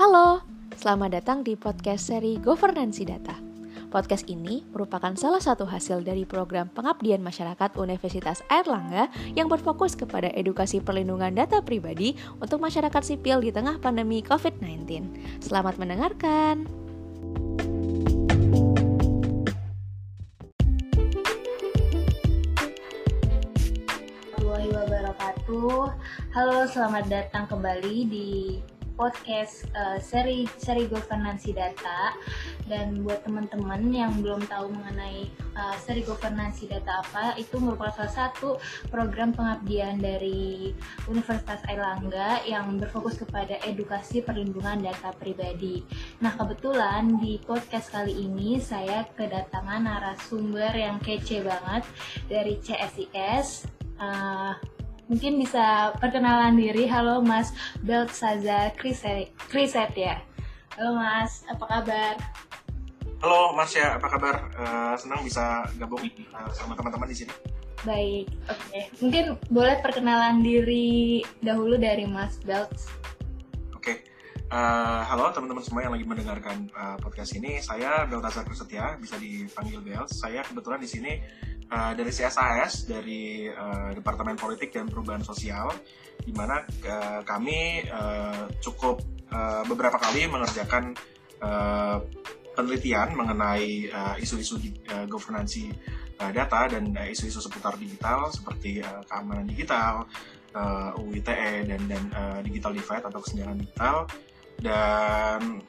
Halo, selamat datang di podcast seri Governansi Data. Podcast ini merupakan salah satu hasil dari program pengabdian masyarakat Universitas Airlangga yang berfokus kepada edukasi perlindungan data pribadi untuk masyarakat sipil di tengah pandemi COVID-19. Selamat mendengarkan. Warahmatullahi wabarakatuh. Halo, selamat datang kembali di podcast seri Governansi Data. Dan buat teman-teman yang belum tahu mengenai seri Governansi Data apa, itu merupakan salah satu program pengabdian dari Universitas Airlangga yang berfokus kepada edukasi perlindungan data pribadi. Nah, kebetulan di podcast kali ini saya kedatangan narasumber yang kece banget dari CSIS. Mungkin bisa perkenalan diri. Halo Mas Beltsazzar Kriset ya. Halo Mas, apa kabar? Halo Mas ya, apa kabar? Senang bisa gabung sama teman-teman di sini. Baik, oke. Mungkin boleh perkenalan diri dahulu dari Mas Belts. Oke. Halo teman-teman semua yang lagi mendengarkan podcast ini. Saya Beltsazzar Kriset ya, bisa dipanggil Belts. Saya kebetulan di sini dari CSIS, dari Departemen Politik dan Perubahan Sosial, di mana kami cukup beberapa kali mengerjakan penelitian mengenai isu-isu governansi data dan isu-isu seputar digital seperti keamanan digital, UU ITE dan digital divide atau kesenjangan digital. Dan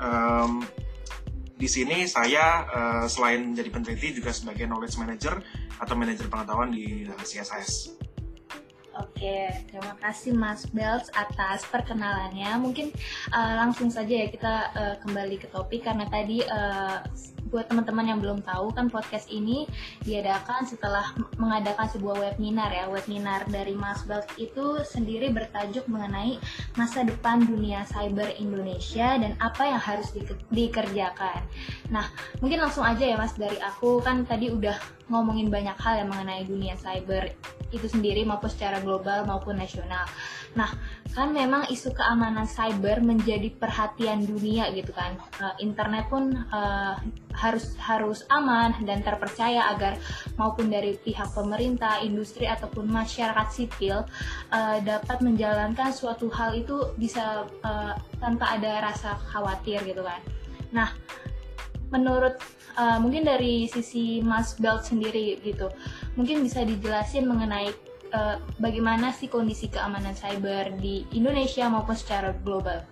di sini saya selain menjadi peneliti juga sebagai knowledge manager atau manajer pengetahuan di CSIS. Oke, terima kasih Mas Belts atas perkenalannya. Mungkin langsung saja ya kita kembali ke topik, karena tadi buat teman-teman yang belum tahu kan podcast ini diadakan setelah mengadakan sebuah webinar ya. Webinar dari Mas Belts itu sendiri bertajuk mengenai masa depan dunia cyber Indonesia dan apa yang harus dikerjakan. Nah, mungkin langsung aja ya Mas, dari aku kan tadi udah ngomongin banyak hal yang mengenai dunia cyber itu sendiri maupun secara global maupun nasional. Nah, kan memang isu keamanan cyber menjadi perhatian dunia gitu kan. Internet pun harus aman dan terpercaya agar maupun dari pihak pemerintah, industri ataupun masyarakat sipil dapat menjalankan suatu hal itu bisa tanpa ada rasa khawatir gitu kan. Nah, menurut mungkin dari sisi Mas Belt sendiri gitu, mungkin bisa dijelasin mengenai bagaimana sih kondisi keamanan cyber di Indonesia maupun secara global.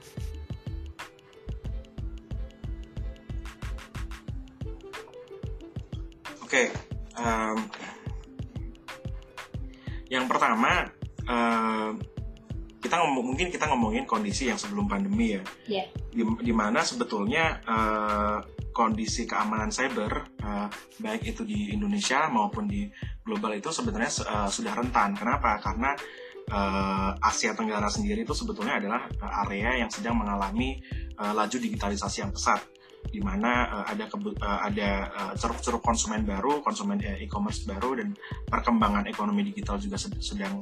Oke, yang pertama kita ngomongin kondisi yang sebelum pandemi ya. Yeah. Di mana sebetulnya kondisi keamanan cyber baik itu di Indonesia maupun di global itu sebenarnya sudah rentan. Kenapa? Karena Asia Tenggara sendiri itu sebetulnya adalah area yang sedang mengalami laju digitalisasi yang pesat, di mana ada ceruk-ceruk konsumen baru, konsumen e-commerce baru, dan perkembangan ekonomi digital juga sedang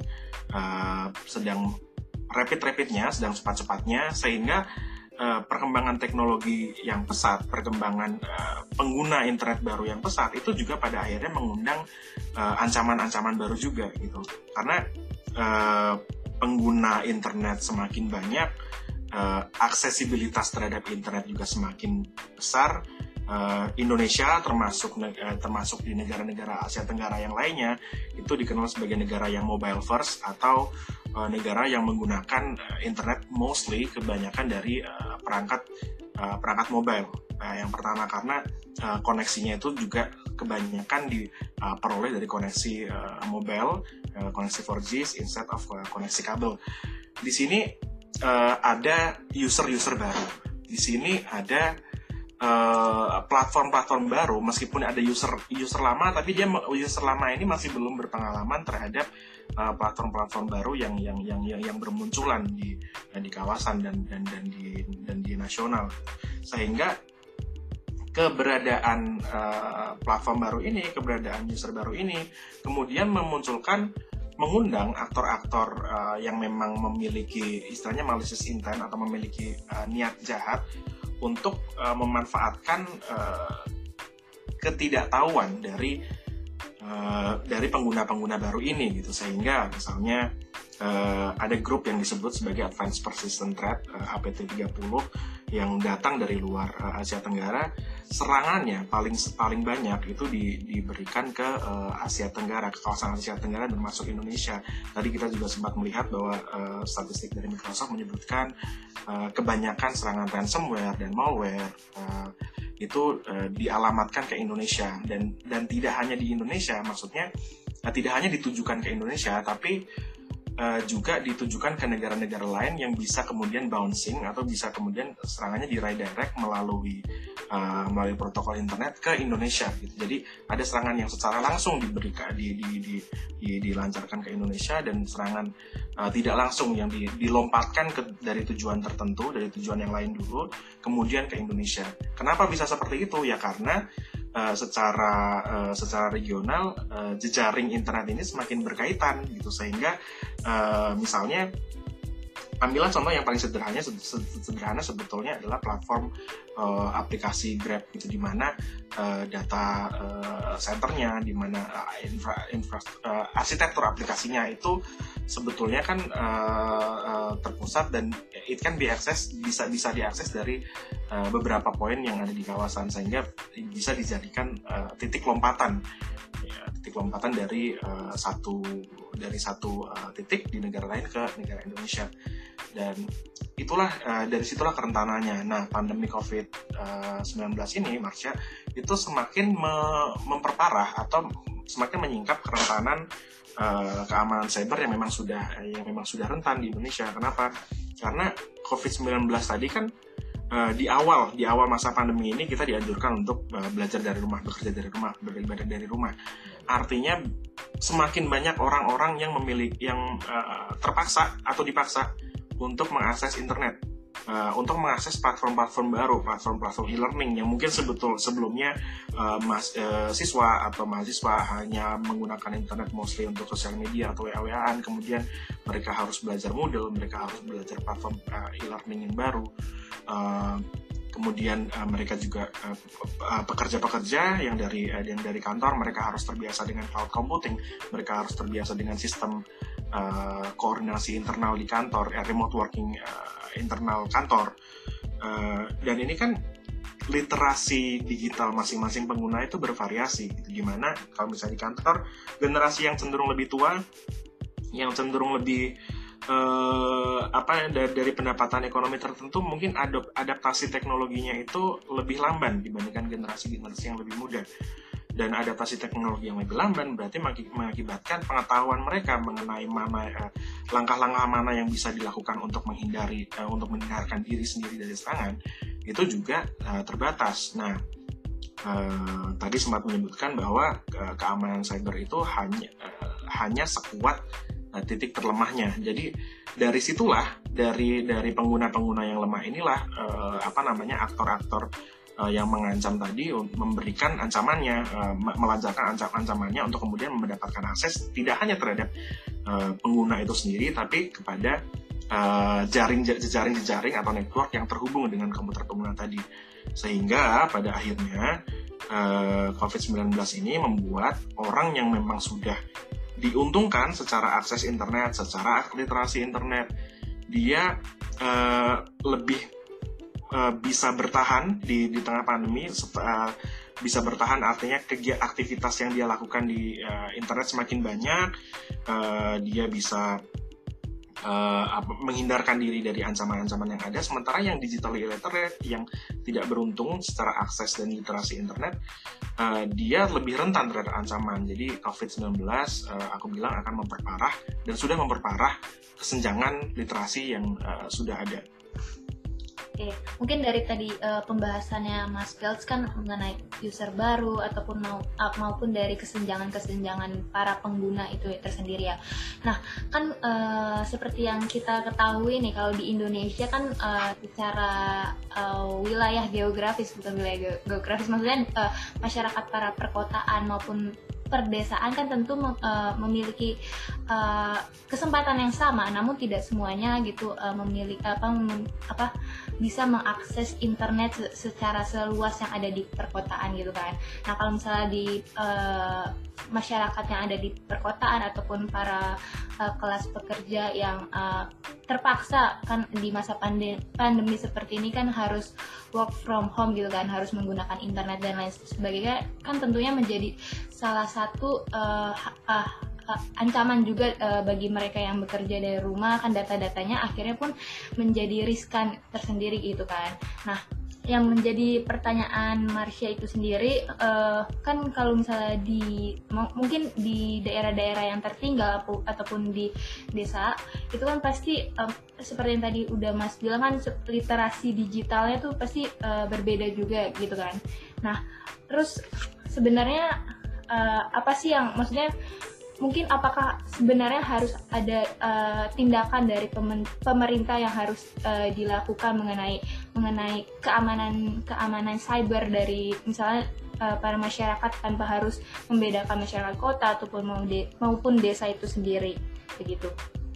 rapid-rapidnya, sedang cepat-cepatnya, sehingga perkembangan teknologi yang pesat, perkembangan pengguna internet baru yang pesat itu juga pada akhirnya mengundang ancaman-ancaman baru juga gitu. Karena pengguna internet semakin banyak, aksesibilitas terhadap internet juga semakin besar. Indonesia termasuk di negara-negara Asia Tenggara yang lainnya itu dikenal sebagai negara yang mobile first, atau negara yang menggunakan internet mostly kebanyakan dari perangkat mobile. Yang pertama karena koneksinya itu juga kebanyakan diperoleh dari koneksi mobile, koneksi 4G instead of koneksi kabel. Di sini ada user baru. Di sini ada platform-platform baru, meskipun ada user lama, tapi user lama ini masih belum berpengalaman terhadap platform-platform baru yang bermunculan di kawasan dan di nasional, sehingga keberadaan platform baru ini, keberadaan user baru ini kemudian memunculkan mengundang aktor-aktor yang memang memiliki istilahnya malicious intent atau memiliki niat jahat untuk memanfaatkan ketidaktahuan dari pengguna-pengguna baru ini gitu, sehingga misalnya ada grup yang disebut sebagai Advanced Persistent Threat APT30 yang datang dari luar Asia Tenggara. Serangannya paling banyak itu diberikan ke Asia Tenggara, ke kawasan Asia Tenggara termasuk Indonesia. Tadi kita juga sempat melihat bahwa statistik dari Microsoft menyebutkan kebanyakan serangan ransomware dan malware itu dialamatkan ke Indonesia, dan tidak hanya di Indonesia, maksudnya tidak hanya ditujukan ke Indonesia, tapi juga ditujukan ke negara-negara lain yang bisa kemudian bouncing atau bisa kemudian serangannya di-redirect melalui protokol internet ke Indonesia gitu. Jadi ada serangan yang secara langsung dilancarkan ke Indonesia, dan serangan tidak langsung yang dilompatkan dari tujuan tertentu, dari tujuan yang lain dulu kemudian ke Indonesia. Kenapa bisa seperti itu? Ya karena secara regional jejaring internet ini semakin berkaitan gitu, sehingga misalnya ambillah contoh yang paling sederhana sebetulnya adalah platform aplikasi Grab gitu, di mana data centernya, di mana arsitektur aplikasinya itu sebetulnya kan terpusat, dan it can be access, bisa diakses dari beberapa poin yang ada di kawasan, sehingga bisa dijadikan titik lompatan dari satu titik di negara lain ke negara Indonesia. Dan dari situlah kerentanannya. Nah, pandemi COVID-19 ini, Marsha, itu semakin memperparah atau semakin menyingkap kerentanan keamanan cyber yang memang sudah rentan di Indonesia. Kenapa? Karena COVID-19 tadi kan di awal masa pandemi ini kita dianjurkan untuk belajar dari rumah, bekerja dari rumah, beribadah dari rumah. Artinya semakin banyak orang-orang yang terpaksa atau dipaksa untuk mengakses internet, untuk mengakses platform-platform baru, platform-platform e-learning yang mungkin sebelumnya siswa atau mahasiswa hanya menggunakan internet mostly untuk sosial media atau WA-WAan, kemudian mereka harus belajar Moodle, mereka harus belajar platform e-learning yang baru. Kemudian mereka juga pekerja-pekerja yang dari kantor, mereka harus terbiasa dengan cloud computing, mereka harus terbiasa dengan sistem koordinasi internal di kantor, remote working internal kantor, dan ini kan literasi digital masing-masing pengguna itu bervariasi gitu. Gimana kalau misalnya di kantor, generasi yang cenderung lebih tua, yang cenderung lebih dari pendapatan ekonomi tertentu, mungkin adaptasi teknologinya itu lebih lamban dibandingkan generasi-generasi yang lebih muda. Dan adaptasi teknologi yang lebih lamban berarti mengakibatkan pengetahuan mereka mengenai langkah-langkah mana yang bisa dilakukan untuk menghindarkan diri sendiri dari serangan itu juga terbatas. Nah, tadi sempat menyebutkan bahwa keamanan cyber itu hanya sekuat titik terlemahnya. Jadi dari situlah, dari pengguna-pengguna yang lemah inilah aktor-aktor yang mengancam tadi memberikan ancamannya, melancarkan ancamannya untuk kemudian mendapatkan akses tidak hanya terhadap pengguna itu sendiri, tapi kepada jejaring atau network yang terhubung dengan komputer pengguna tadi. Sehingga pada akhirnya COVID-19 ini membuat orang yang memang sudah diuntungkan secara akses internet, secara literasi internet, dia lebih bisa bertahan di tengah pandemi, bisa bertahan artinya aktivitas yang dia lakukan di internet semakin banyak, dia bisa menghindarkan diri dari ancaman-ancaman yang ada, sementara yang digitally illiterate, yang tidak beruntung secara akses dan literasi internet, dia lebih rentan terhadap ancaman. Jadi COVID-19 aku bilang akan memperparah dan sudah memperparah kesenjangan literasi yang sudah ada. Oke, mungkin dari tadi pembahasannya Mas Belts kan mengenai user baru ataupun maupun dari kesenjangan para pengguna itu tersendiri ya. Nah, kan seperti yang kita ketahui nih, kalau di Indonesia kan secara wilayah geografis, bukan wilayah geografis, maksudnya masyarakat para perkotaan maupun perdesaan kan tentu memiliki kesempatan yang sama, namun tidak semuanya gitu memiliki bisa mengakses internet secara seluas yang ada di perkotaan gitu kan. Nah kalau misalnya di masyarakat yang ada di perkotaan ataupun para kelas pekerja yang terpaksa kan di masa pandemi seperti ini kan harus work from home gitu kan, harus menggunakan internet dan lain sebagainya, kan tentunya menjadi salah satu ancaman juga bagi mereka yang bekerja dari rumah, kan data-datanya akhirnya pun menjadi riskan tersendiri gitu kan. Nah yang menjadi pertanyaan Marsha itu sendiri, kan kalau misalnya mungkin di daerah-daerah yang tertinggal ataupun di desa itu kan pasti seperti yang tadi udah Mas bilang kan, literasi digitalnya tuh pasti berbeda juga gitu kan. Nah terus sebenarnya apa sih yang maksudnya, mungkin apakah sebenarnya harus ada tindakan dari pemerintah yang harus dilakukan mengenai keamanan cyber dari misalnya para masyarakat, tanpa harus membedakan masyarakat kota maupun desa itu sendiri begitu.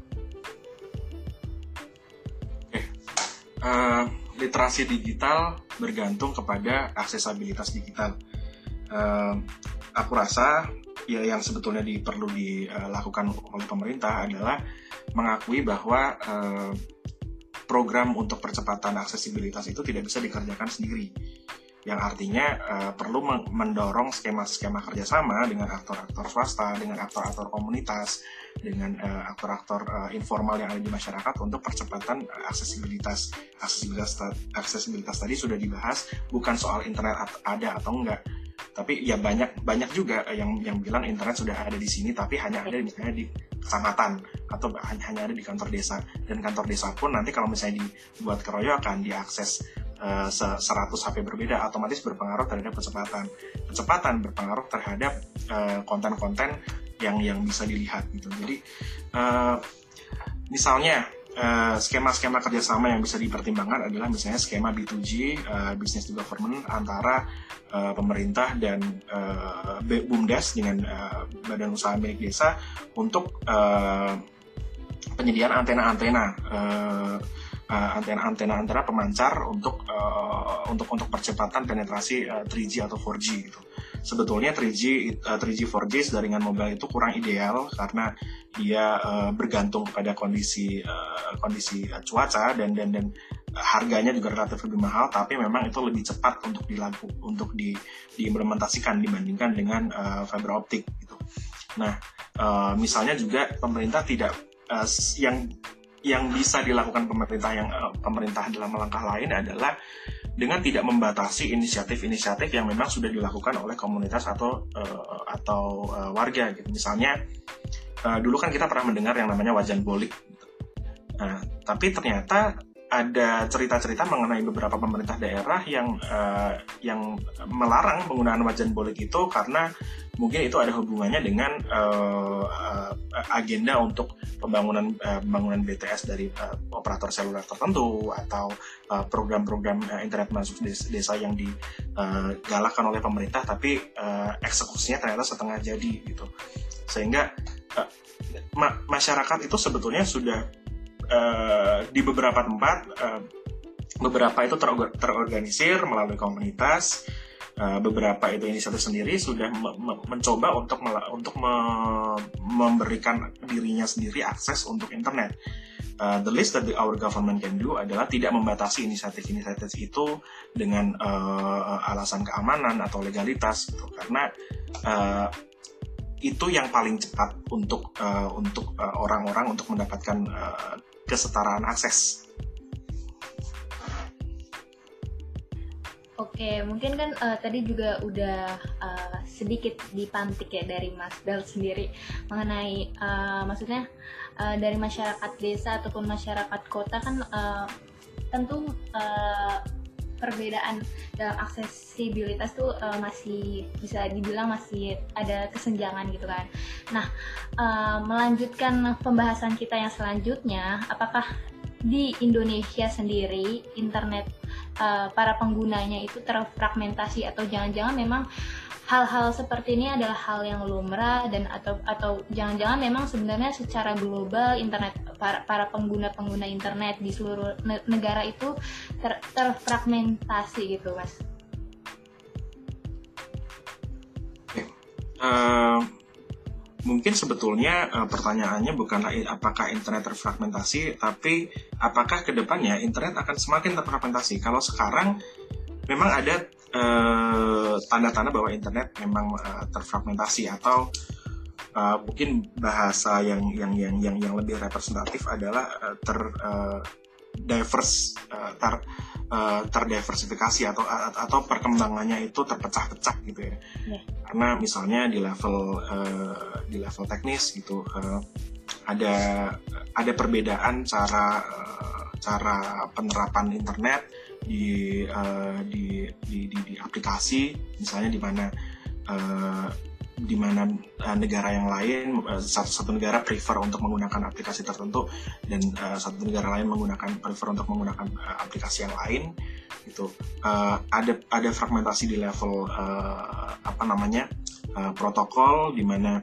Literasi digital bergantung kepada aksesabilitas digital. Aku rasa ya yang sebetulnya perlu dilakukan oleh pemerintah adalah mengakui bahwa program untuk percepatan aksesibilitas itu tidak bisa dikerjakan sendiri, yang artinya perlu mendorong skema-skema kerjasama dengan aktor-aktor swasta, dengan aktor-aktor komunitas, dengan aktor-aktor informal yang ada di masyarakat untuk percepatan aksesibilitas. Aksesibilitas tadi sudah dibahas, bukan soal internet ada atau enggak, tapi ya banyak juga yang bilang internet sudah ada di sini tapi hanya ada misalnya di kecamatan atau hanya ada di kantor desa, dan kantor desa pun nanti kalau misalnya dibuat keroyokan diakses 100 HP berbeda, otomatis berpengaruh terhadap kecepatan berpengaruh terhadap konten-konten yang bisa dilihat gitu. Jadi misalnya skema-skema kerjasama yang bisa dipertimbangkan adalah misalnya skema B2G, business to government, antara pemerintah dan BUMDes dengan badan usaha milik desa untuk penyediaan antena-antena antara pemancar untuk percepatan penetrasi 3G atau 4G gitu. Sebetulnya 3G 4G jaringan mobile itu kurang ideal karena dia bergantung pada kondisi cuaca dan harganya juga relatif lebih mahal, tapi memang itu lebih cepat untuk diimplementasikan dibandingkan dengan fiber optik gitu. Nah, misalnya juga pemerintah tidak yang bisa dilakukan pemerintah dalam langkah lain adalah dengan tidak membatasi inisiatif-inisiatif yang memang sudah dilakukan oleh komunitas atau warga gitu. Misalnya dulu kan kita pernah mendengar yang namanya wajan bolik gitu. Nah, tapi ternyata ada cerita-cerita mengenai beberapa pemerintah daerah yang melarang penggunaan wajan bolik itu karena mungkin itu ada hubungannya dengan agenda untuk pembangunan BTS dari operator seluler tertentu atau program-program internet masuk desa yang digalakkan oleh pemerintah, tapi eksekusinya ternyata setengah jadi gitu. Sehingga masyarakat itu sebetulnya sudah di beberapa tempat, beberapa itu terorganisir melalui komunitas, beberapa itu inisiatif sendiri sudah mencoba untuk memberikan dirinya sendiri akses untuk internet. The least that our government can do adalah tidak membatasi inisiatif-inisiatif itu dengan alasan keamanan atau legalitas gitu, karena itu yang paling cepat untuk orang-orang untuk mendapatkan kesetaraan akses. Oke, mungkin kan tadi juga udah sedikit dipantik ya dari Mas Bel sendiri mengenai maksudnya dari masyarakat desa ataupun masyarakat kota kan tentu perbedaan dalam aksesibilitas tuh masih bisa dibilang masih ada kesenjangan gitu kan. Nah, melanjutkan pembahasan kita yang selanjutnya, apakah di Indonesia sendiri internet para penggunanya itu terfragmentasi, atau jangan-jangan memang hal-hal seperti ini adalah hal yang lumrah, dan atau jangan-jangan memang sebenarnya secara global internet para pengguna internet di seluruh negara itu terfragmentasi gitu, Mas. Mungkin sebetulnya pertanyaannya bukanlah apakah internet terfragmentasi, tapi apakah kedepannya internet akan semakin terfragmentasi. Kalau sekarang memang ada tanda-tanda bahwa internet memang terfragmentasi, atau mungkin bahasa yang lebih representatif adalah terdiversifikasi, atau perkembangannya itu terpecah-pecah gitu ya. Karena misalnya di level teknis gitu, ada perbedaan cara penerapan internet di aplikasi, misalnya di mana negara yang lain, satu negara prefer untuk menggunakan aplikasi tertentu, dan satu negara lain prefer untuk menggunakan aplikasi yang lain gitu. Ada fragmentasi di level protokol, di mana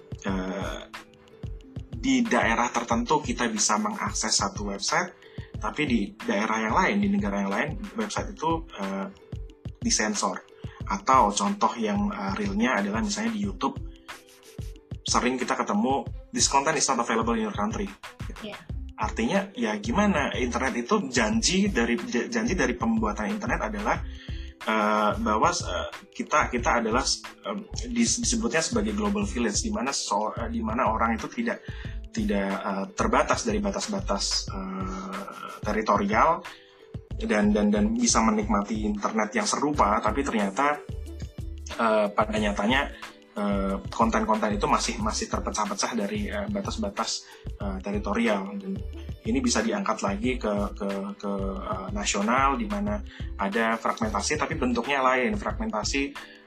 di daerah tertentu kita bisa mengakses satu website, tapi di daerah yang lain, di negara yang lain, website itu disensor. Atau contoh yang realnya adalah misalnya di YouTube, sering kita ketemu this content is not available in your country. Yeah. Artinya ya gimana, internet itu janji dari pembuatan internet adalah bahwa kita adalah disebutnya sebagai global village, di mana orang itu tidak terbatas dari batas-batas teritorial, dan bisa menikmati internet yang serupa, tapi ternyata pada nyatanya konten-konten itu masih terpecah-pecah dari batas-batas teritorial. Dan ini bisa diangkat lagi ke nasional, di mana ada fragmentasi tapi bentuknya lain, fragmentasi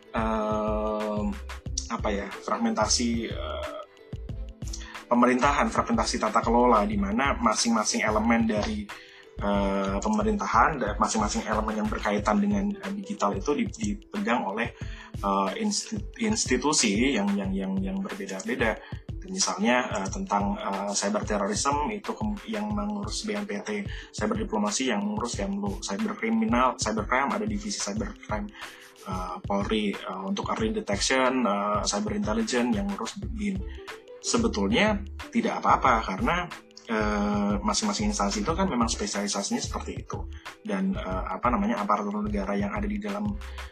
pemerintahan, fragmentasi tata kelola, di mana masing-masing elemen dari pemerintahan, dan masing-masing elemen yang berkaitan dengan digital itu dipegang oleh institusi yang berbeda-beda. Misalnya tentang cyber terrorism itu yang mengurus BNPT, cyber diplomasi yang mengurus Kemlu, cybercrime ada divisi cybercrime Polri, untuk early detection, cyber intelligence yang ngurus BIN. Sebetulnya tidak apa-apa, karena masing-masing instansi itu kan memang spesialisasinya seperti itu, dan aparatur negara yang ada di dalam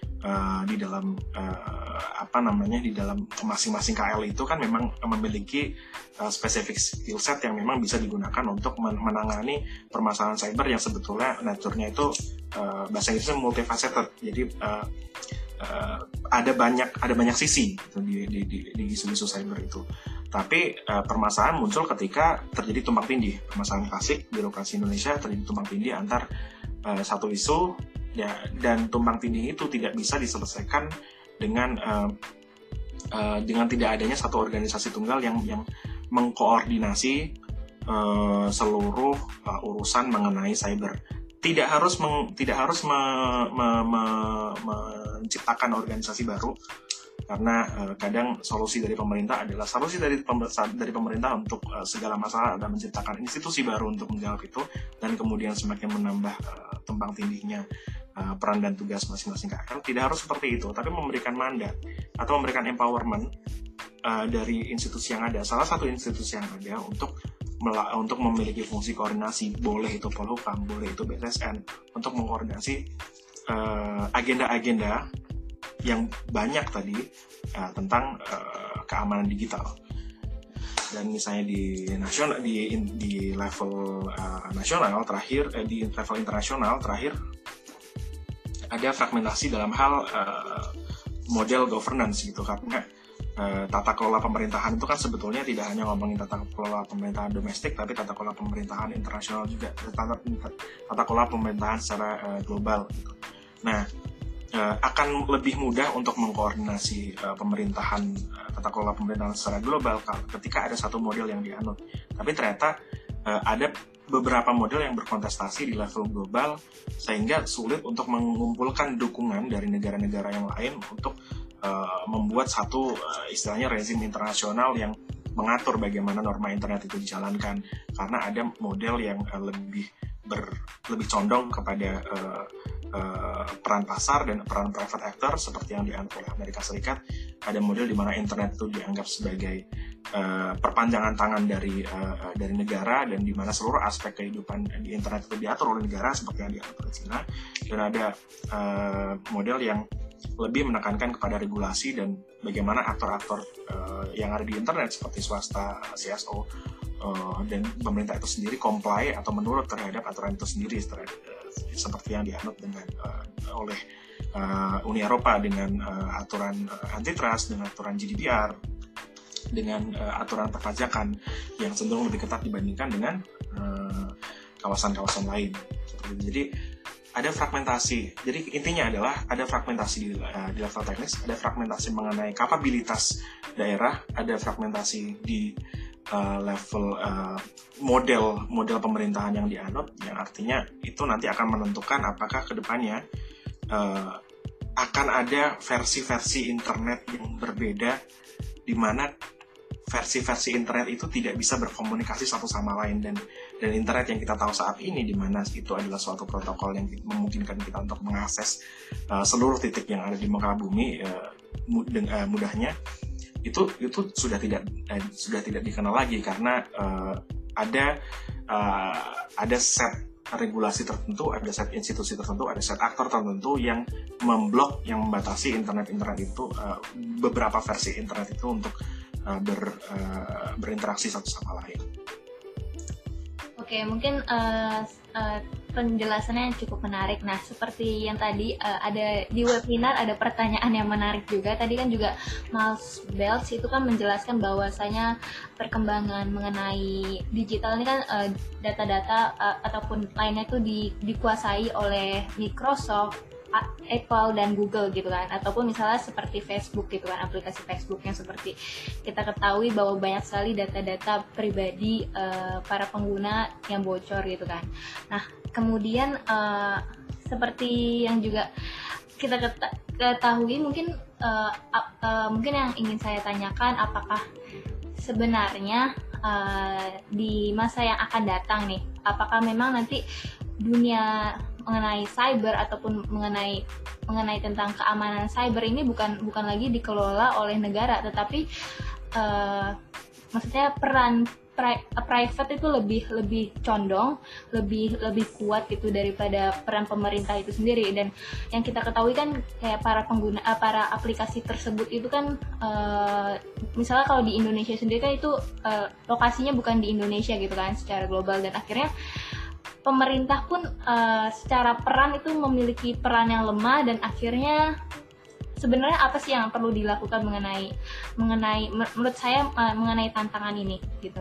masing-masing KL itu kan memang memiliki spesifik skill set yang memang bisa digunakan untuk menangani permasalahan cyber yang sebetulnya nature-nya itu bahasa Inggrisnya multifaceted. Jadi ada banyak sisi gitu, di isu-isu cyber itu. Tapi permasalahan muncul ketika terjadi tumpang tindih. Permasalahan klasik birokrasi Indonesia terjadi tumpang tindih antar satu isu, ya, dan tumpang tindih itu tidak bisa diselesaikan dengan tidak adanya satu organisasi tunggal yang mengkoordinasi seluruh urusan mengenai cyber. Tidak harus menciptakan organisasi baru, karena kadang solusi dari pemerintah untuk segala masalah adalah menciptakan institusi baru untuk menjawab itu, dan kemudian semakin menambah tumpang tindihnya peran dan tugas masing-masing KL. Tidak harus seperti itu, tapi memberikan mandat atau memberikan empowerment dari institusi yang ada. Salah satu institusi yang ada untuk memiliki fungsi koordinasi, boleh itu Polhukam, boleh itu BSSN, untuk mengkoordinasi agenda-agenda yang banyak tadi tentang keamanan digital. Dan misalnya di level nasional terakhir, di level internasional terakhir, ada fragmentasi dalam hal model governance gitu, karena tata kelola pemerintahan itu kan sebetulnya tidak hanya ngomongin tata kelola pemerintahan domestik, tapi tata kelola pemerintahan internasional juga, tata kelola pemerintahan secara global gitu. Nah, akan lebih mudah untuk mengkoordinasi tata kelola pemerintahan secara global ketika ada satu model yang dianut. Tapi ternyata ada beberapa model yang berkontestasi di level global, sehingga sulit untuk mengumpulkan dukungan dari negara-negara yang lain untuk membuat satu istilahnya rezim internasional yang mengatur bagaimana norma internet itu dijalankan, karena ada model yang lebih condong kepada peran pasar dan peran private actor seperti yang dianut oleh Amerika Serikat. Ada model di mana internet itu dianggap sebagai perpanjangan tangan dari negara, dan di mana seluruh aspek kehidupan di internet itu diatur oleh negara seperti yang diatur oleh China. Dan ada model yang lebih menekankan kepada regulasi dan bagaimana aktor-aktor yang ada di internet seperti swasta, CSO, dan pemerintah itu sendiri comply atau menurut terhadap aturan itu sendiri, seperti yang dianut oleh Uni Eropa dengan aturan antitrust, dengan aturan GDPR, dengan aturan perpajakan yang cenderung lebih ketat dibandingkan dengan kawasan-kawasan lain. Jadi ada fragmentasi. Jadi intinya adalah ada fragmentasi di level teknis, ada fragmentasi mengenai kapabilitas daerah, ada fragmentasi di level model pemerintahan yang dianut, yang artinya itu nanti akan menentukan apakah kedepannya akan ada versi-versi internet yang berbeda, di mana versi-versi internet itu tidak bisa berkomunikasi satu sama lain, dan internet yang kita tahu saat ini, di mana itu adalah suatu protokol yang memungkinkan kita untuk mengakses seluruh titik yang ada di muka bumi mudahnya, itu sudah tidak dikenal lagi, karena ada set regulasi tertentu, ada set institusi tertentu, ada set aktor tertentu yang memblok, yang membatasi internet itu, beberapa versi internet itu untuk berinteraksi satu sama lain. Oke, mungkin penjelasannya cukup menarik. Nah, seperti yang tadi ada di webinar, ada pertanyaan yang menarik juga. Tadi kan juga Mas Belts itu kan menjelaskan bahwasanya perkembangan mengenai digital ini kan data-data ataupun lainnya itu dikuasai oleh Microsoft, Apple dan Google gitu kan, ataupun misalnya seperti Facebook gitu kan, aplikasi Facebook yang seperti kita ketahui bahwa banyak sekali data-data pribadi para pengguna yang bocor gitu kan. Nah, kemudian seperti yang juga kita ketahui, mungkin yang ingin saya tanyakan, apakah sebenarnya di masa yang akan datang nih, apakah memang nanti dunia mengenai cyber ataupun mengenai tentang keamanan cyber ini bukan lagi dikelola oleh negara, tetapi maksudnya peran private itu lebih condong, lebih kuat gitu daripada peran pemerintah itu sendiri. Dan yang kita ketahui kan kayak para pengguna, para aplikasi tersebut itu kan misalnya kalau di Indonesia sendiri kan itu lokasinya bukan di Indonesia gitu kan, secara global, dan akhirnya pemerintah pun secara peran itu memiliki peran yang lemah, dan akhirnya sebenarnya apa sih yang perlu dilakukan mengenai menurut saya mengenai tantangan ini gitu.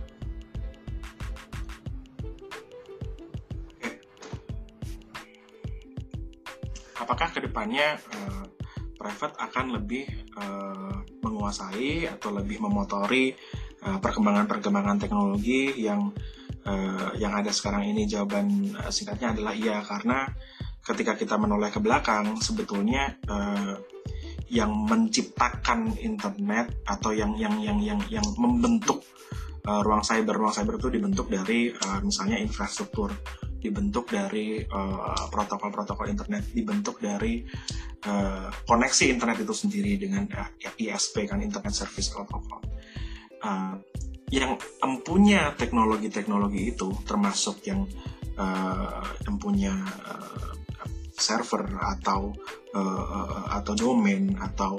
Apakah kedepannya private akan lebih menguasai atau lebih memotori perkembangan teknologi yang ada sekarang ini? Jawaban singkatnya adalah iya, karena ketika kita menoleh ke belakang, sebetulnya yang menciptakan internet atau yang membentuk ruang cyber itu dibentuk dari misalnya infrastruktur, dibentuk dari protokol internet, dibentuk dari koneksi internet itu sendiri dengan ISP kan, Internet Service Protocol. Yang empunya teknologi itu, termasuk yang empunya server atau domain atau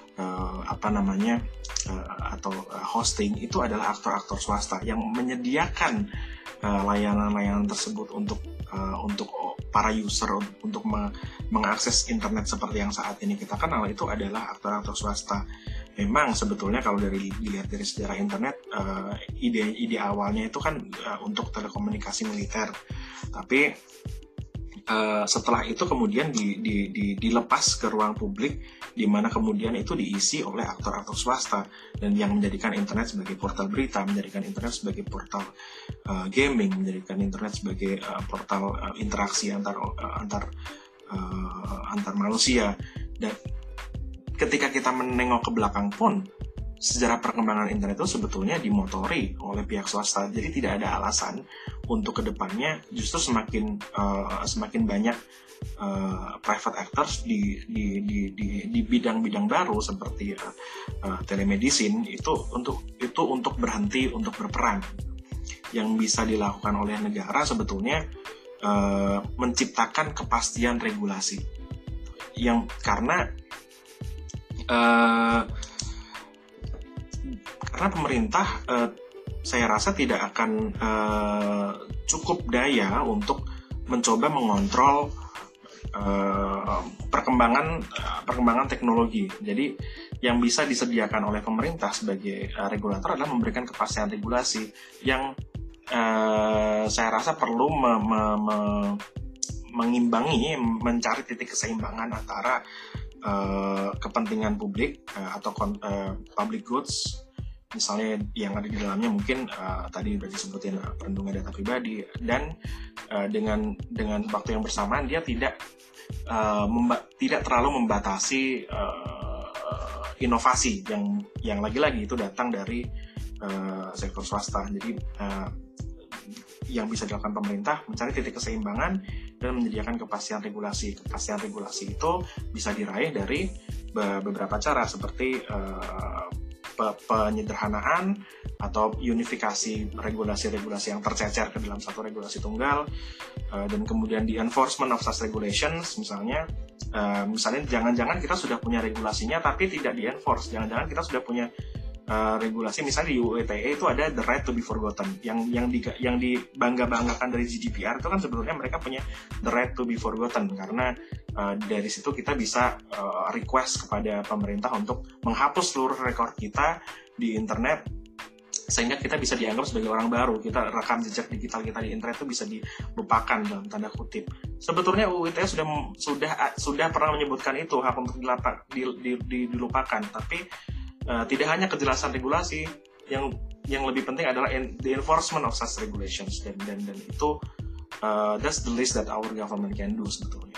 atau hosting, itu adalah aktor-aktor swasta yang menyediakan layanan-layanan tersebut untuk para user untuk mengakses internet seperti yang saat ini kita kenal. Itu adalah aktor-aktor swasta. Memang sebetulnya kalau dilihat dari sejarah internet, ide awalnya itu kan untuk telekomunikasi militer, tapi setelah itu kemudian dilepas ke ruang publik di mana kemudian itu diisi oleh aktor-aktor swasta, dan yang menjadikan internet sebagai portal berita, menjadikan internet sebagai portal gaming, menjadikan internet sebagai portal interaksi antar manusia. Dan ketika kita menengok ke belakang pun, sejarah perkembangan internet itu sebetulnya dimotori oleh pihak swasta. Jadi tidak ada alasan untuk kedepannya justru semakin banyak private actors di bidang-bidang baru seperti telemedicine itu untuk berhenti untuk berperan. Yang bisa dilakukan oleh negara sebetulnya menciptakan kepastian regulasi. Karena pemerintah saya rasa tidak akan cukup daya untuk mencoba mengontrol perkembangan teknologi. Jadi yang bisa disediakan oleh pemerintah sebagai regulator adalah memberikan kepastian regulasi yang saya rasa perlu mengimbangi, mencari titik keseimbangan antara kepentingan publik atau public goods, misalnya yang ada di dalamnya mungkin tadi sudah disebutin perlindungan data pribadi, dan dengan waktu yang bersamaan dia tidak terlalu membatasi inovasi yang lagi-lagi itu datang dari sektor swasta. Jadi yang bisa dilakukan pemerintah mencari titik keseimbangan dan menyediakan kepastian regulasi. Kepastian regulasi itu bisa diraih dari beberapa cara seperti penyederhanaan atau unifikasi regulasi-regulasi yang tercecer ke dalam satu regulasi tunggal, dan kemudian di enforcement of such regulations, misalnya jangan-jangan kita sudah punya regulasinya tapi tidak di-enforce, jangan-jangan kita sudah punya regulasi, misalnya di UU ITE itu ada the right to be forgotten, yang dibangga-banggakan dari GDPR itu kan sebetulnya mereka punya the right to be forgotten, karena dari situ kita bisa request kepada pemerintah untuk menghapus seluruh rekor kita di internet sehingga kita bisa dianggap sebagai orang baru. Kita rekam jejak digital kita di internet itu bisa dilupakan dalam tanda kutip. Sebetulnya UU ITE sudah pernah menyebutkan itu, hak untuk dilupakan, tapi tidak hanya kejelasan regulasi, yang lebih penting adalah the enforcement of such regulations, dan itu that's the least that our government can do sebetulnya.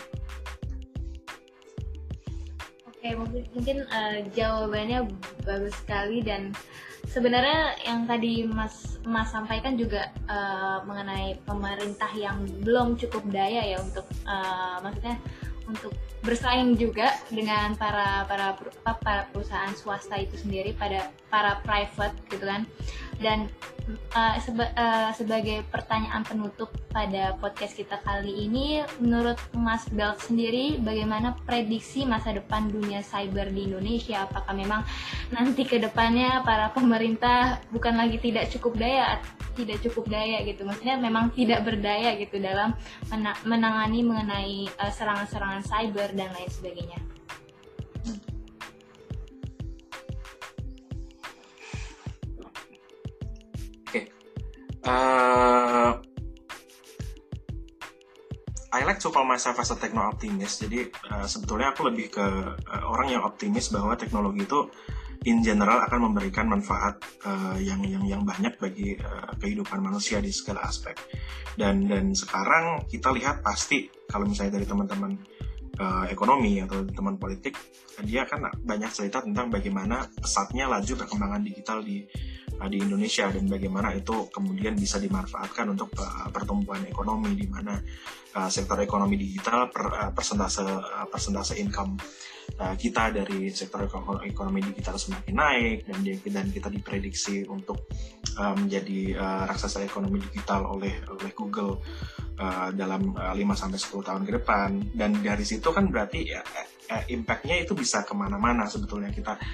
Oke, mungkin jawabannya bagus sekali, dan sebenarnya yang tadi Mas sampaikan juga mengenai pemerintah yang belum cukup daya ya untuk maksudnya untuk bersaing juga dengan para perusahaan swasta itu sendiri, pada para private gitu kan. Dan sebagai pertanyaan penutup pada podcast kita kali ini, menurut Mas Belt sendiri bagaimana prediksi masa depan dunia cyber di Indonesia? Apakah memang nanti ke depannya para pemerintah bukan lagi tidak cukup daya gitu, maksudnya memang tidak berdaya gitu dalam menangani mengenai serangan-serangan cyber dan lain sebagainya? I like to call myself as a techno optimist. Jadi sebetulnya aku lebih ke orang yang optimis bahwa teknologi itu in general akan memberikan manfaat yang banyak bagi kehidupan manusia di segala aspek. Dan sekarang kita lihat pasti kalau misalnya dari teman-teman ekonomi atau teman politik, dia kan banyak cerita tentang bagaimana pesatnya laju perkembangan digital di Indonesia, dan bagaimana itu kemudian bisa dimanfaatkan untuk pertumbuhan ekonomi, di mana sektor ekonomi digital persentase income kita dari sektor ekonomi digital semakin naik, dan kita diprediksi untuk menjadi raksasa ekonomi digital oleh Google dalam 5-10 tahun ke depan. Dan dari situ kan berarti impact-nya itu bisa kemana-mana sebetulnya.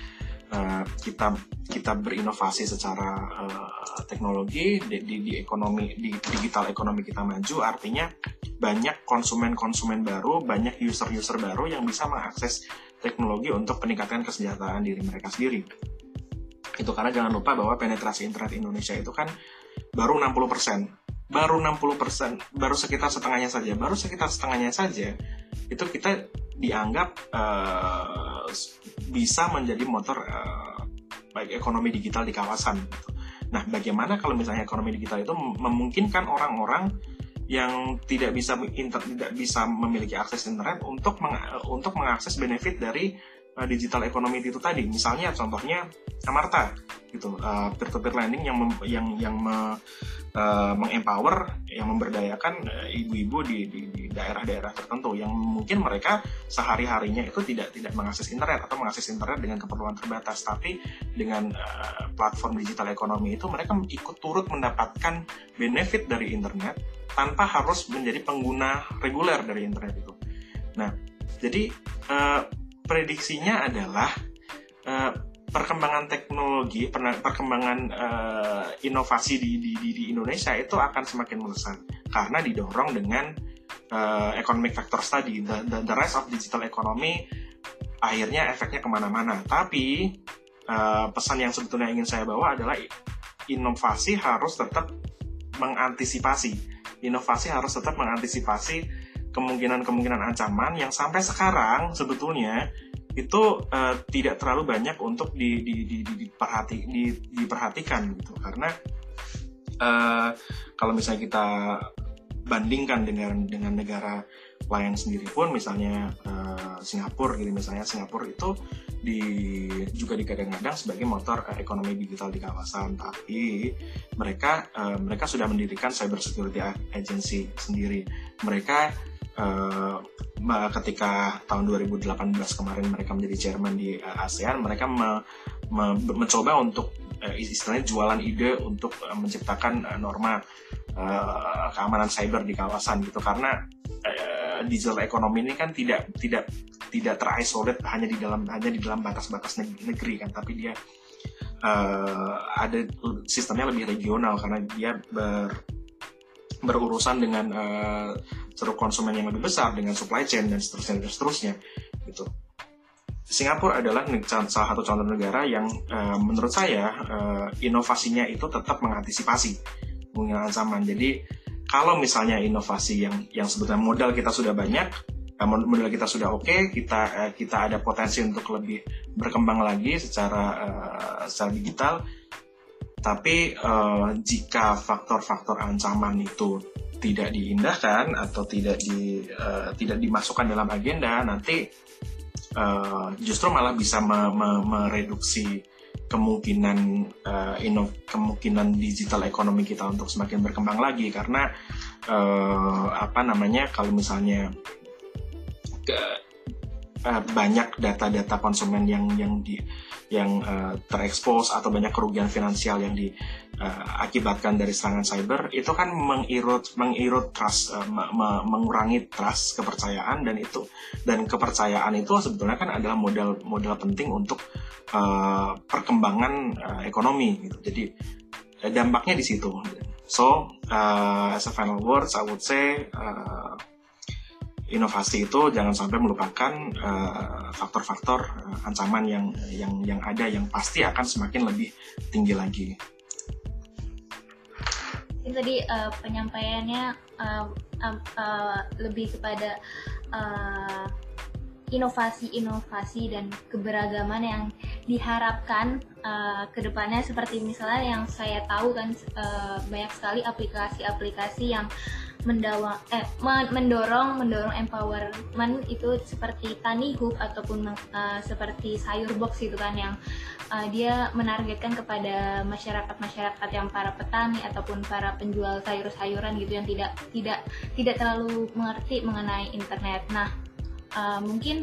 Kita berinovasi secara teknologi di ekonomi, di digital ekonomi kita maju, artinya banyak konsumen baru, banyak user baru yang bisa mengakses teknologi untuk peningkatan kesejahteraan diri mereka sendiri. Itu karena jangan lupa bahwa penetrasi internet Indonesia itu kan baru 60%. Baru sekitar setengahnya saja itu kita dianggap bisa menjadi motor baik ekonomi digital di kawasan gitu. Nah, bagaimana kalau misalnya ekonomi digital itu memungkinkan orang-orang yang tidak bisa memiliki akses internet untuk mengakses benefit dari digital ekonomi itu tadi. Misalnya contohnya Amarta gitu, peer-to-peer lending yang mengempower, yang memberdayakan ibu-ibu di daerah-daerah tertentu yang mungkin mereka sehari-harinya itu tidak mengakses internet atau mengakses internet dengan keperluan terbatas, tapi dengan platform digital ekonomi itu mereka ikut turut mendapatkan benefit dari internet tanpa harus menjadi pengguna reguler dari internet itu. Nah, jadi prediksinya adalah perkembangan teknologi, perkembangan inovasi di Indonesia itu akan semakin melesat karena didorong dengan economic factors tadi, the rise of digital economy, akhirnya efeknya kemana-mana. Tapi pesan yang sebetulnya ingin saya bawa adalah inovasi harus tetap mengantisipasi kemungkinan ancaman yang sampai sekarang sebetulnya itu tidak terlalu banyak untuk diperhatikan gitu. Karena kalau misalnya kita bandingkan dengan negara lain sendiri pun, misalnya Singapura gitu, misalnya Singapura itu juga digadang-gadang sebagai motor ekonomi digital di kawasan, tapi mereka sudah mendirikan cyber security agency sendiri. Mereka ketika tahun 2018 kemarin mereka menjadi chairman di ASEAN, mereka mencoba untuk istilahnya jualan ide untuk menciptakan norma keamanan cyber di kawasan gitu, karena digital ekonomi ini kan tidak terisolate hanya di dalam batas-batas negeri kan, tapi dia ada sistemnya lebih regional karena dia berurusan dengan ceruk konsumen yang lebih besar, dengan supply chain dan seterusnya gitu. Singapura adalah salah satu contoh negara yang menurut saya inovasinya itu tetap mengantisipasi kemungkinan ancaman. Jadi kalau misalnya inovasi yang sebetulnya modal kita sudah banyak, modal kita sudah oke, kita ada potensi untuk lebih berkembang lagi secara digital. Tapi jika faktor-faktor ancaman itu tidak diindahkan atau tidak dimasukkan dalam agenda, nanti justru malah bisa mereduksi kemungkinan digital ekonomi kita untuk semakin berkembang lagi. Karena kalau misalnya banyak data-data konsumen yang terekspos atau banyak kerugian finansial yang diakibatkan dari serangan cyber, itu kan mengirut trust, mengurangi trust, kepercayaan, dan kepercayaan itu sebetulnya kan adalah modal penting untuk perkembangan ekonomi gitu. Jadi dampaknya di situ. So as a final words, I would say inovasi itu jangan sampai melupakan faktor-faktor ancaman yang ada, yang pasti akan semakin lebih tinggi lagi. Ini tadi penyampaiannya lebih kepada inovasi dan keberagaman yang diharapkan ke depannya, seperti misalnya yang saya tahu kan banyak sekali aplikasi-aplikasi yang mendorong empowerment itu, seperti Tani Hub ataupun seperti Sayur Box itu kan, yang dia menargetkan kepada masyarakat yang para petani ataupun para penjual sayur-sayuran gitu yang tidak terlalu mengerti mengenai internet. Nah, mungkin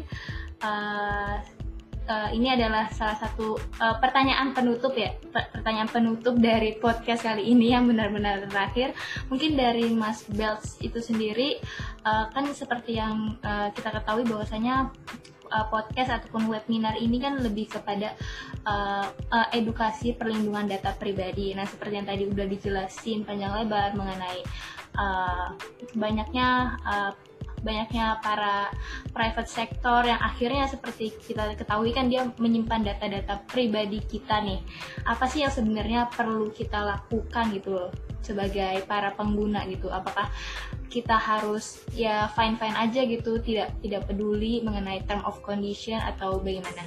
ini adalah salah satu pertanyaan penutup dari podcast kali ini yang benar-benar terakhir. Mungkin dari Mas Belts itu sendiri, kan seperti yang kita ketahui bahwasanya podcast ataupun webinar ini kan lebih kepada edukasi perlindungan data pribadi. Nah, seperti yang tadi udah dijelasin panjang lebar mengenai banyaknya para private sector yang akhirnya seperti kita ketahui kan dia menyimpan data-data pribadi kita nih. Apa sih yang sebenarnya perlu kita lakukan gitu loh sebagai para pengguna gitu? Apakah kita harus ya fine aja gitu, tidak peduli mengenai term of condition atau bagaimana?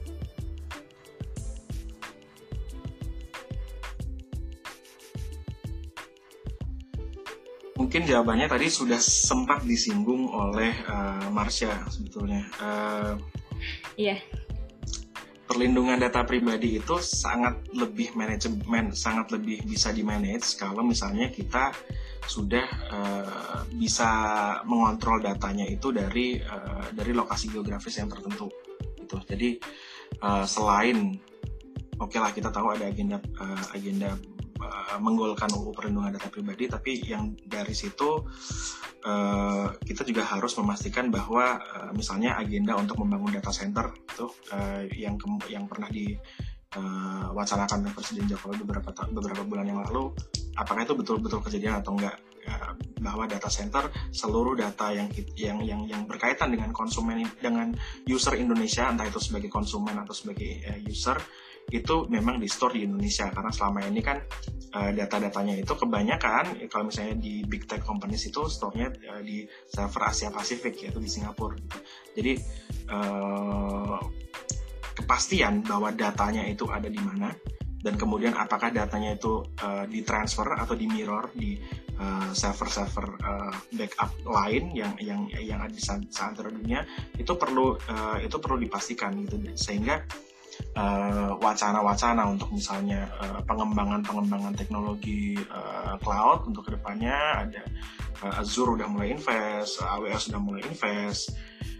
Mungkin jawabannya tadi sudah sempat disinggung oleh Marsha sebetulnya. Iya. Perlindungan data pribadi itu sangat lebih manajemen, sangat lebih bisa di-manage kalau misalnya kita sudah bisa mengontrol datanya itu dari lokasi geografis yang tertentu. Gitu. Jadi selain oke lah kita tahu ada agenda menggolkan UU perlindungan data pribadi, tapi yang dari situ kita juga harus memastikan bahwa misalnya agenda untuk membangun data center itu yang pernah diwacanakan oleh Presiden Jokowi beberapa bulan yang lalu, apakah itu betul-betul kejadian atau enggak, bahwa data center seluruh data yang berkaitan dengan konsumen, dengan user Indonesia, entah itu sebagai konsumen atau sebagai user, itu memang di store di Indonesia, karena selama ini kan data-datanya itu kebanyakan kalau misalnya di big tech companies itu store-nya di server Asia Pasifik, yaitu di Singapura gitu. Jadi kepastian bahwa datanya itu ada di mana, dan kemudian apakah datanya itu ditransfer atau di mirror di server-server backup lain yang ada di seantero dunia, itu perlu dipastikan gitu, sehingga wacana-wacana untuk misalnya pengembangan teknologi cloud untuk kedepannya, ada Azure udah mulai invest, AWS udah mulai invest,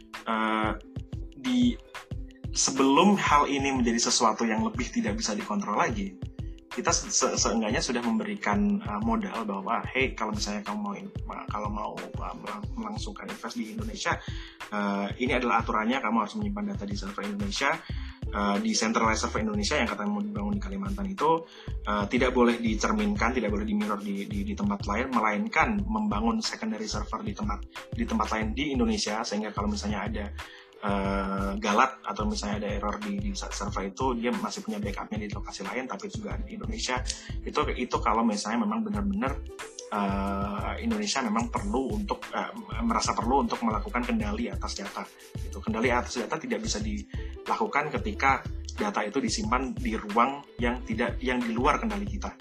sebelum hal ini menjadi sesuatu yang lebih tidak bisa dikontrol lagi, kita seenggaknya sudah memberikan modal bahwa hey, kalau misalnya kamu mau melangsungkan invest di Indonesia, ini adalah aturannya, kamu harus menyimpan data di server Indonesia, di centralized server Indonesia yang katanya mau dibangun di Kalimantan itu tidak boleh dicerminkan, tidak boleh di mirror di tempat lain, melainkan membangun secondary server di tempat lain di Indonesia, sehingga kalau misalnya ada galat atau misalnya ada error di server itu, dia masih punya backupnya di lokasi lain tapi juga di Indonesia. Itu kalau misalnya memang benar-benar Indonesia memang merasa perlu untuk melakukan kendali atas data. Gitu. Kendali atas data tidak bisa dilakukan ketika data itu disimpan di ruang yang di luar kendali kita.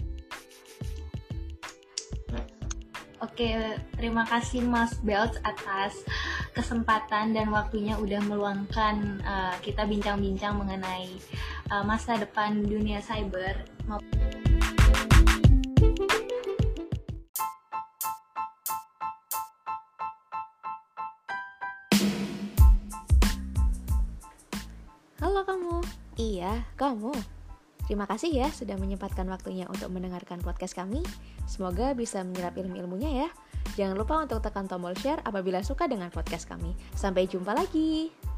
Oke, terima kasih Mas Belts atas kesempatan dan waktunya udah meluangkan kita bincang-bincang mengenai masa depan dunia cyber. Halo kamu. Iya, kamu. Terima kasih ya sudah menyempatkan waktunya untuk mendengarkan podcast kami. Semoga bisa menyerap ilmu-ilmunya ya. Jangan lupa untuk tekan tombol share apabila suka dengan podcast kami. Sampai jumpa lagi.